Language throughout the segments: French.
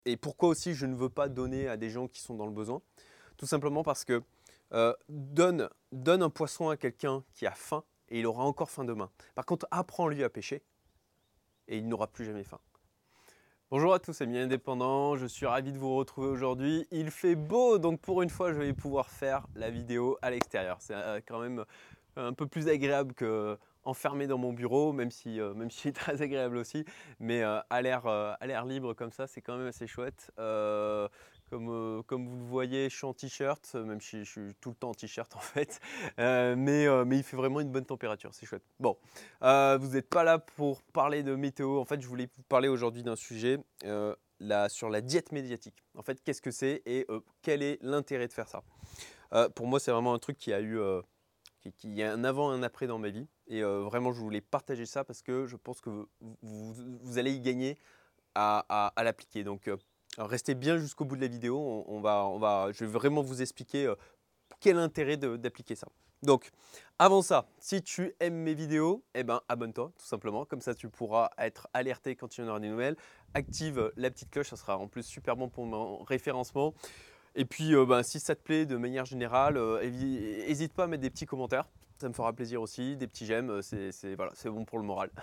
Et pourquoi aussi je ne veux pas donner à des gens qui sont dans le besoin? Tout simplement parce que donne un poisson à quelqu'un qui a faim et il aura encore faim demain. Par contre, apprends-lui à pêcher et il n'aura plus jamais faim. Bonjour à tous, amis indépendants, je suis ravi de vous retrouver aujourd'hui. Il fait beau, donc pour une fois, je vais pouvoir faire la vidéo à l'extérieur. C'est quand même un peu plus agréable que enfermé dans mon bureau, même si c'est très agréable aussi. Mais à l'air libre comme ça, c'est quand même assez chouette. Comme vous le voyez, je suis en t-shirt, même si je suis tout le temps en t-shirt en fait. Mais il fait vraiment une bonne température, c'est chouette. Bon, vous n'êtes pas là pour parler de météo. En fait, je voulais vous parler aujourd'hui d'un sujet sur la diète médiatique. En fait, qu'est-ce que c'est et quel est l'intérêt de faire ça? Pour moi, c'est vraiment un truc qui y a un avant et un après dans ma vie. Et vraiment, je voulais partager ça parce que je pense que vous allez y gagner à l'appliquer. Donc, restez bien jusqu'au bout de la vidéo. Je vais vraiment vous expliquer quel intérêt d'appliquer ça. Donc, avant ça, si tu aimes mes vidéos, eh ben, abonne-toi tout simplement. Comme ça, tu pourras être alerté quand il y en aura des nouvelles. Active la petite cloche, ça sera en plus super bon pour mon référencement. Et puis, ben, si ça te plaît de manière générale, n'hésite pas à mettre des petits commentaires. Ça me fera plaisir aussi, des petits j'aime, voilà, c'est bon pour le moral.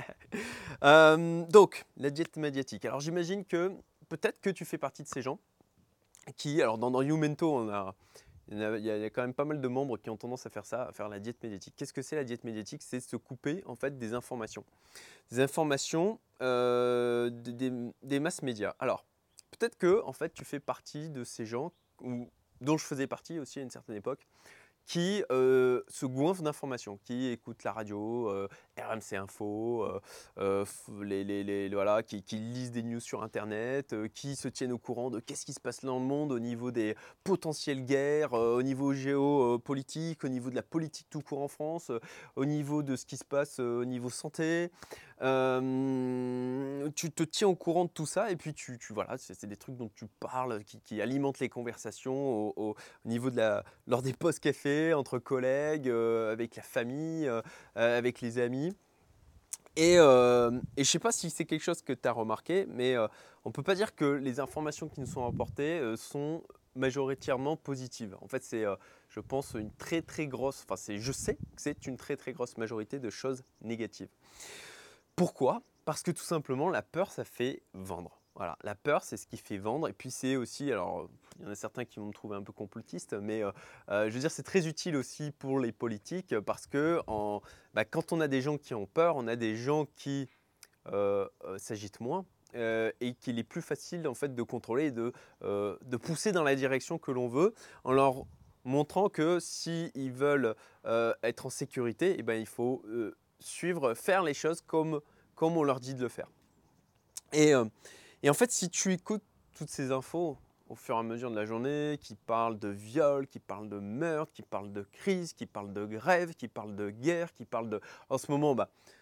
Donc, la diète médiatique. Alors j'imagine que peut-être que tu fais partie de ces gens qui, alors dans Youmento, il y a quand même pas mal de membres qui ont tendance à faire ça, à faire la diète médiatique. Qu'est-ce que c'est la diète médiatique? C'est se couper en fait des informations. Des informations des masses médias. Alors, peut-être que en fait tu fais partie de ces gens, dont je faisais partie aussi à une certaine époque, qui se goinfrent d'informations, qui écoutent la radio, RMC Info, voilà, qui lisent des news sur Internet, qui se tiennent au courant de qu'est-ce qui se passe dans le monde au niveau des potentielles guerres, au niveau géopolitique, au niveau de la politique tout court en France, au niveau de ce qui se passe au niveau santé. Tu te tiens au courant de tout ça et puis voilà, c'est des trucs dont tu parles, qui alimentent les conversations au niveau lors des pauses café, entre collègues, avec la famille, avec les amis. Et je ne sais pas si c'est quelque chose que tu as remarqué, mais on ne peut pas dire que les informations qui nous sont apportées sont majoritairement positives. En fait, c'est, je pense, une très très grosse, enfin je sais que c'est une très très grosse majorité de choses négatives. Pourquoi? Parce que tout simplement, la peur, ça fait vendre. Voilà, la peur, c'est ce qui fait vendre. Et puis c'est aussi, alors il y en a certains qui vont me trouver un peu complotiste, mais je veux dire, c'est très utile aussi pour les politiques parce que quand on a des gens qui ont peur, on a des gens qui s'agitent moins. Et qu'il est plus facile en fait de contrôler et de pousser dans la direction que l'on veut en leur montrant que s'ils veulent être en sécurité, eh ben, il faut faire les choses comme on leur dit de le faire. Et, euh, et en fait, si tu écoutes toutes ces infos au fur et à mesure de la journée, qui parlent de viol, qui parlent de meurtre, qui parlent de crise, qui parlent de grève, qui parlent de guerre, qui parlent de... En ce moment,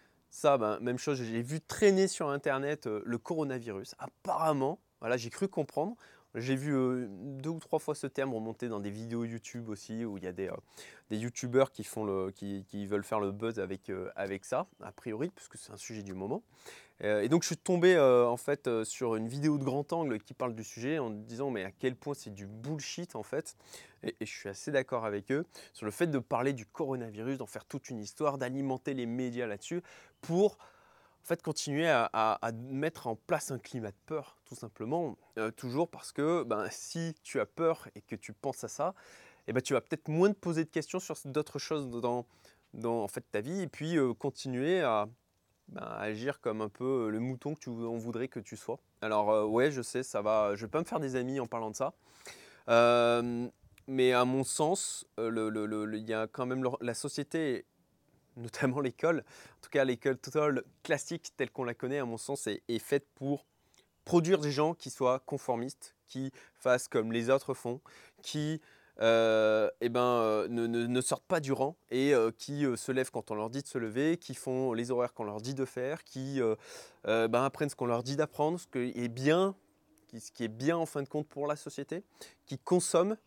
même chose, j'ai vu traîner sur Internet le coronavirus. Apparemment, voilà, j'ai cru comprendre. J'ai vu 2 ou 3 fois ce terme remonter dans des vidéos YouTube aussi, où il y a des YouTubeurs qui veulent faire le buzz avec ça, a priori, puisque c'est un sujet du moment. Et donc je suis tombé en fait sur une vidéo de grand angle qui parle du sujet en disant mais à quel point c'est du bullshit en fait. Et je suis assez d'accord avec eux sur le fait de parler du coronavirus, d'en faire toute une histoire, d'alimenter les médias là-dessus pour en fait continuer à mettre en place un climat de peur tout simplement. Toujours parce que si tu as peur et que tu penses à ça, et tu vas peut-être moins te poser de questions sur d'autres choses dans en fait, ta vie et puis continuer à agir comme un peu le mouton on voudrait que tu sois. Alors ouais, je sais, je vais pas me faire des amis en parlant de ça. Euh, mais à mon sens, il y a quand même la société, notamment l'école, en tout cas l'école classique telle qu'on la connaît, à mon sens, est faite pour produire des gens qui soient conformistes, qui fassent comme les autres font, qui ne sortent pas du rang et qui se lèvent quand on leur dit de se lever, qui font les horaires qu'on leur dit de faire, qui apprennent ce qu'on leur dit d'apprendre, ce qui est bien en fin de compte pour la société, qui consomment,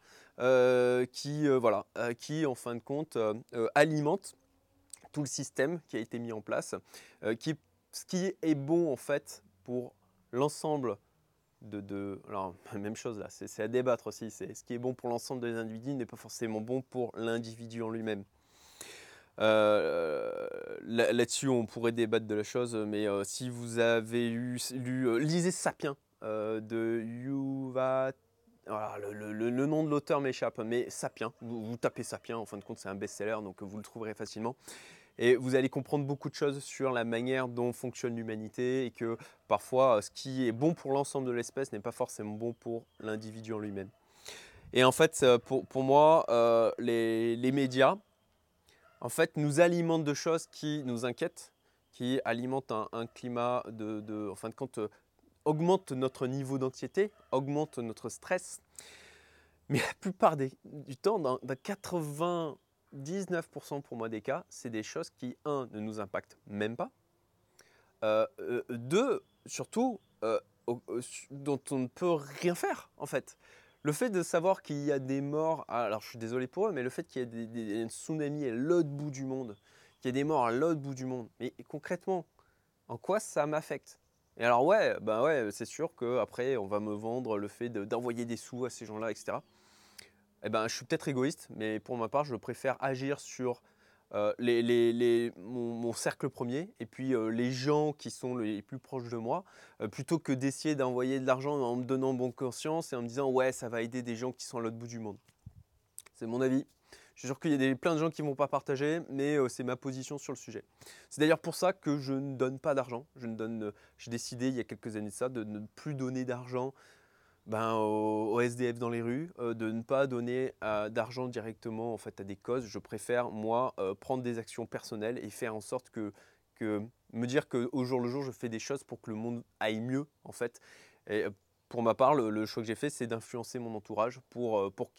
qui en fin de compte alimentent tout le système qui a été mis en place, ce qui est bon en fait pour l'ensemble Alors, même chose là, c'est à débattre aussi. Ce qui est bon pour l'ensemble des individus n'est pas forcément bon pour l'individu en lui-même. Là-dessus, on pourrait débattre de la chose, mais si vous avez lu, lisez Sapiens de Yuval. Voilà, le nom de l'auteur m'échappe, mais Sapiens, vous tapez Sapiens, en fin de compte c'est un best-seller, donc vous le trouverez facilement. Et vous allez comprendre beaucoup de choses sur la manière dont fonctionne l'humanité et que parfois ce qui est bon pour l'ensemble de l'espèce n'est pas forcément bon pour l'individu en lui-même. Et en fait, pour moi, les médias, en fait, nous alimentent de choses qui nous inquiètent, qui alimentent un climat en fin de compte, augmente notre niveau d'anxiété, augmente notre stress. Mais la plupart du temps, dans 99% pour moi des cas, c'est des choses qui, un, ne nous impactent même pas. Deux, surtout, dont on ne peut rien faire, en fait. Le fait de savoir qu'il y a des morts, alors je suis désolé pour eux, mais le fait qu'il y ait des tsunamis à l'autre bout du monde, qu'il y ait des morts à l'autre bout du monde, mais concrètement, en quoi ça m'affecte? Et alors ouais, bah ouais, c'est sûr qu'après, on va me vendre le fait d'envoyer des sous à ces gens-là, etc. Eh ben, je suis peut-être égoïste, mais pour ma part, je préfère agir sur mon cercle premier et puis les gens qui sont les plus proches de moi, plutôt que d'essayer d'envoyer de l'argent en me donnant bonne conscience et en me disant ouais, ça va aider des gens qui sont à l'autre bout du monde. C'est mon avis. Je suis sûr qu'il y a plein de gens qui ne vont pas partager, mais c'est ma position sur le sujet. C'est d'ailleurs pour ça que je ne donne pas d'argent. J'ai décidé il y a quelques années de ça de ne plus donner d'argent aux SDF dans les rues, de ne pas donner d'argent directement en fait, à des causes. Je préfère, moi, prendre des actions personnelles et faire en sorte que me dire qu'au jour le jour, je fais des choses pour que le monde aille mieux, en fait. Et pour ma part, le choix que j'ai fait, c'est d'influencer mon entourage pour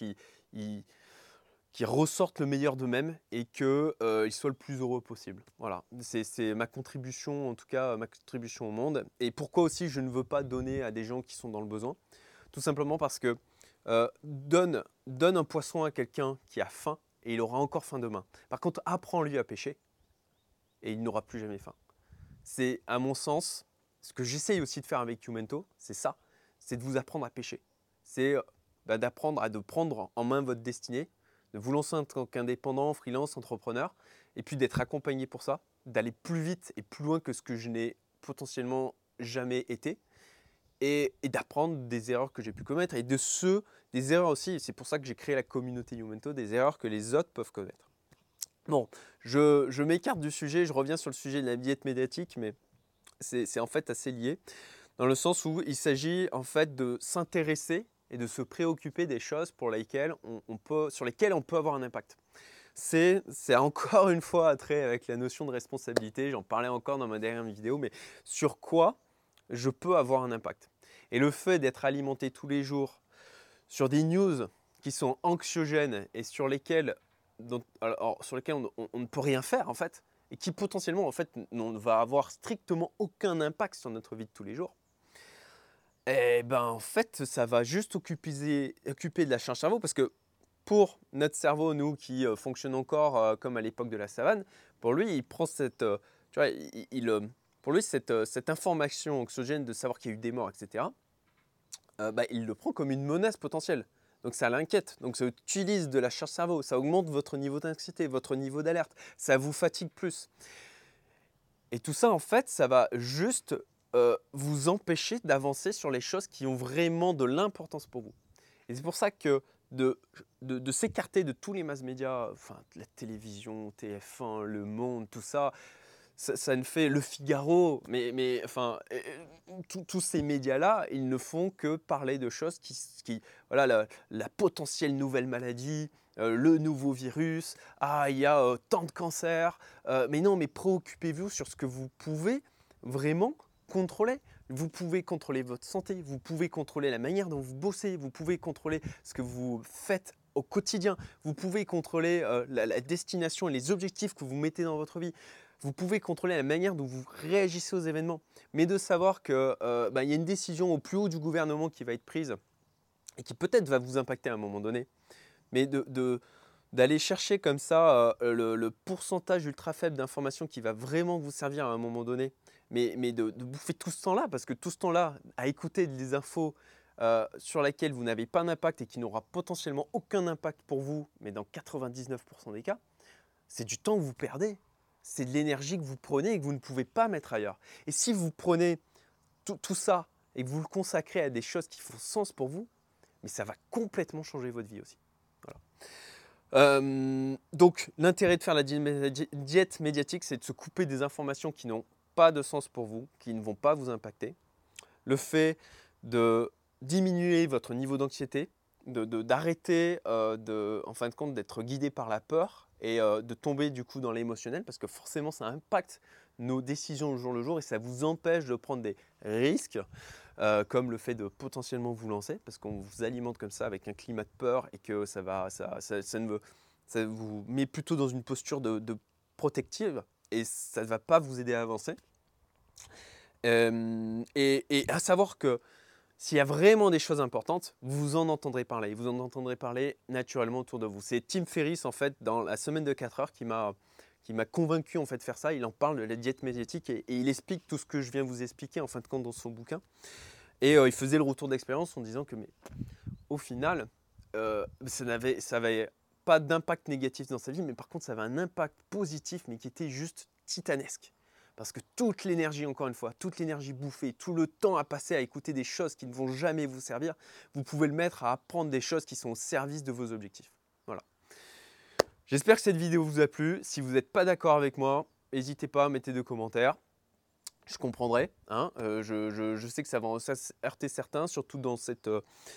qu'ils ressortent le meilleur d'eux-mêmes et qu'ils soient le plus heureux possible. Voilà, c'est ma contribution, en tout cas ma contribution au monde. Et pourquoi aussi je ne veux pas donner à des gens qui sont dans le besoin? Tout simplement parce que donne un poisson à quelqu'un qui a faim et il aura encore faim demain. Par contre, apprends-lui à pêcher et il n'aura plus jamais faim. C'est, à mon sens, ce que j'essaye aussi de faire avec Youmento, c'est ça, c'est de vous apprendre à pêcher. C'est d'apprendre à prendre en main votre destinée, de vous lancer en tant qu'indépendant, freelance, entrepreneur, et puis d'être accompagné pour ça, d'aller plus vite et plus loin que ce que je n'ai potentiellement jamais été, et d'apprendre des erreurs que j'ai pu commettre et des erreurs aussi, c'est pour ça que j'ai créé la communauté Youmento, des erreurs que les autres peuvent commettre. Bon, je m'écarte du sujet, je reviens sur le sujet de la diète médiatique, mais c'est en fait assez lié, dans le sens où il s'agit en fait de s'intéresser et de se préoccuper des choses sur lesquelles on peut avoir un impact. C'est encore une fois trait avec la notion de responsabilité, j'en parlais encore dans ma dernière vidéo, mais sur quoi je peux avoir un impact. Et le fait d'être alimenté tous les jours sur des news qui sont anxiogènes et sur lesquelles on ne peut rien faire en fait, et qui potentiellement en fait ne va avoir strictement aucun impact sur notre vie de tous les jours, et ben en fait ça va juste occuper de la charge cerveau, parce que pour notre cerveau, nous qui fonctionne encore comme à l'époque de la savane, pour lui il prend tu vois, pour lui cette information anxiogène de savoir qu'il y a eu des morts, etc., il le prend comme une menace potentielle. Donc ça l'inquiète, donc ça utilise de la charge cerveau, ça augmente votre niveau d'anxiété, votre niveau d'alerte, ça vous fatigue plus. Et tout ça en fait, ça va juste vous empêcher d'avancer sur les choses qui ont vraiment de l'importance pour vous. Et c'est pour ça que de s'écarter de tous les mass médias, enfin la télévision, TF1, Le Monde, tout ça, ça ne fait Le Figaro, mais enfin, tous ces médias-là, ils ne font que parler de choses voilà, la potentielle nouvelle maladie, le nouveau virus, il y a tant de cancers, mais non, mais préoccupez-vous sur ce que vous pouvez vraiment contrôler. Vous pouvez contrôler votre santé, vous pouvez contrôler la manière dont vous bossez, vous pouvez contrôler ce que vous faites au quotidien, vous pouvez contrôler la destination et les objectifs que vous mettez dans votre vie. Vous pouvez contrôler la manière dont vous réagissez aux événements, mais de savoir qu'il y a une décision au plus haut du gouvernement qui va être prise et qui peut-être va vous impacter à un moment donné, mais d'aller chercher comme ça le pourcentage ultra faible d'informations qui va vraiment vous servir à un moment donné, mais de bouffer tout ce temps-là, parce que tout ce temps-là, à écouter des infos sur lesquelles vous n'avez pas d'impact et qui n'aura potentiellement aucun impact pour vous, mais dans 99% des cas, c'est du temps que vous perdez. C'est de l'énergie que vous prenez et que vous ne pouvez pas mettre ailleurs. Et si vous prenez tout ça et que vous le consacrez à des choses qui font sens pour vous, mais ça va complètement changer votre vie aussi. Voilà. Donc l'intérêt de faire la diète médiatique, c'est de se couper des informations qui n'ont pas de sens pour vous, qui ne vont pas vous impacter. Le fait de diminuer votre niveau d'anxiété, d'arrêter en fin de compte d'être guidé par la peur et de tomber du coup dans l'émotionnel, parce que forcément ça impacte nos décisions au jour le jour et ça vous empêche de prendre des risques, comme le fait de potentiellement vous lancer, parce qu'on vous alimente comme ça avec un climat de peur et que ça vous met plutôt dans une posture de protective et ça ne va pas vous aider à avancer. Et à savoir que s'il y a vraiment des choses importantes, vous en entendrez parler. Vous en entendrez parler naturellement autour de vous. C'est Tim Ferriss, en fait, dans la semaine de 4 heures, qui m'a convaincu en fait, de faire ça. Il en parle de la diète médiatique et il explique tout ce que je viens vous expliquer en fin de compte dans son bouquin. Et il faisait le retour d'expérience en disant que, mais au final, ça n'avait pas d'impact négatif dans sa vie, mais par contre, ça avait un impact positif, mais qui était juste titanesque. Parce que toute l'énergie, encore une fois, toute l'énergie bouffée, tout le temps à passer à écouter des choses qui ne vont jamais vous servir, vous pouvez le mettre à apprendre des choses qui sont au service de vos objectifs. Voilà. J'espère que cette vidéo vous a plu. Si vous n'êtes pas d'accord avec moi, n'hésitez pas à mettre des commentaires. Je comprendrai. Hein. Je sais que ça va heurter certains, surtout dans cette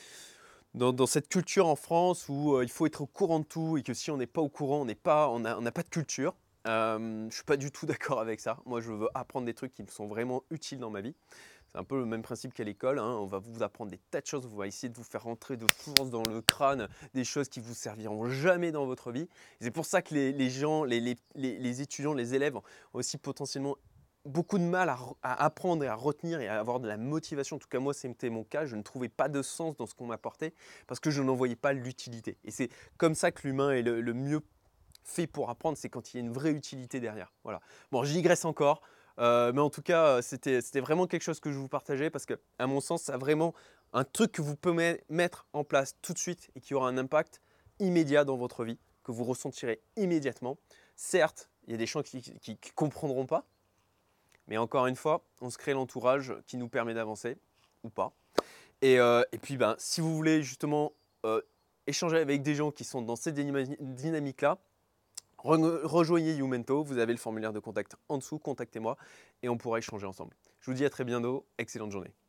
culture en France où il faut être au courant de tout et que si on n'est pas au courant, on n'a pas de culture. Je ne suis pas du tout d'accord avec ça. Moi, je veux apprendre des trucs qui me sont vraiment utiles dans ma vie. C'est un peu le même principe qu'à l'école. Hein. On va vous apprendre des tas de choses. On va essayer de vous faire rentrer de force dans le crâne des choses qui vous serviront jamais dans votre vie. C'est pour ça que les gens, les étudiants, les élèves ont aussi potentiellement beaucoup de mal à apprendre et à retenir et à avoir de la motivation. En tout cas, moi, c'était mon cas. Je ne trouvais pas de sens dans ce qu'on m'apportait parce que je n'en voyais pas l'utilité. Et c'est comme ça que l'humain est le mieux fait pour apprendre, c'est quand il y a une vraie utilité derrière. Voilà. Bon, je digresse encore, mais en tout cas, c'était vraiment quelque chose que je vous partageais parce que, à mon sens, c'est vraiment un truc que vous pouvez mettre en place tout de suite et qui aura un impact immédiat dans votre vie, que vous ressentirez immédiatement. Certes, il y a des gens qui ne comprendront pas, mais encore une fois, on se crée l'entourage qui nous permet d'avancer ou pas. Et puis, si vous voulez justement échanger avec des gens qui sont dans cette dynamique-là, rejoignez Youmento, vous avez le formulaire de contact en dessous, contactez-moi et on pourra échanger ensemble. Je vous dis à très bientôt, excellente journée.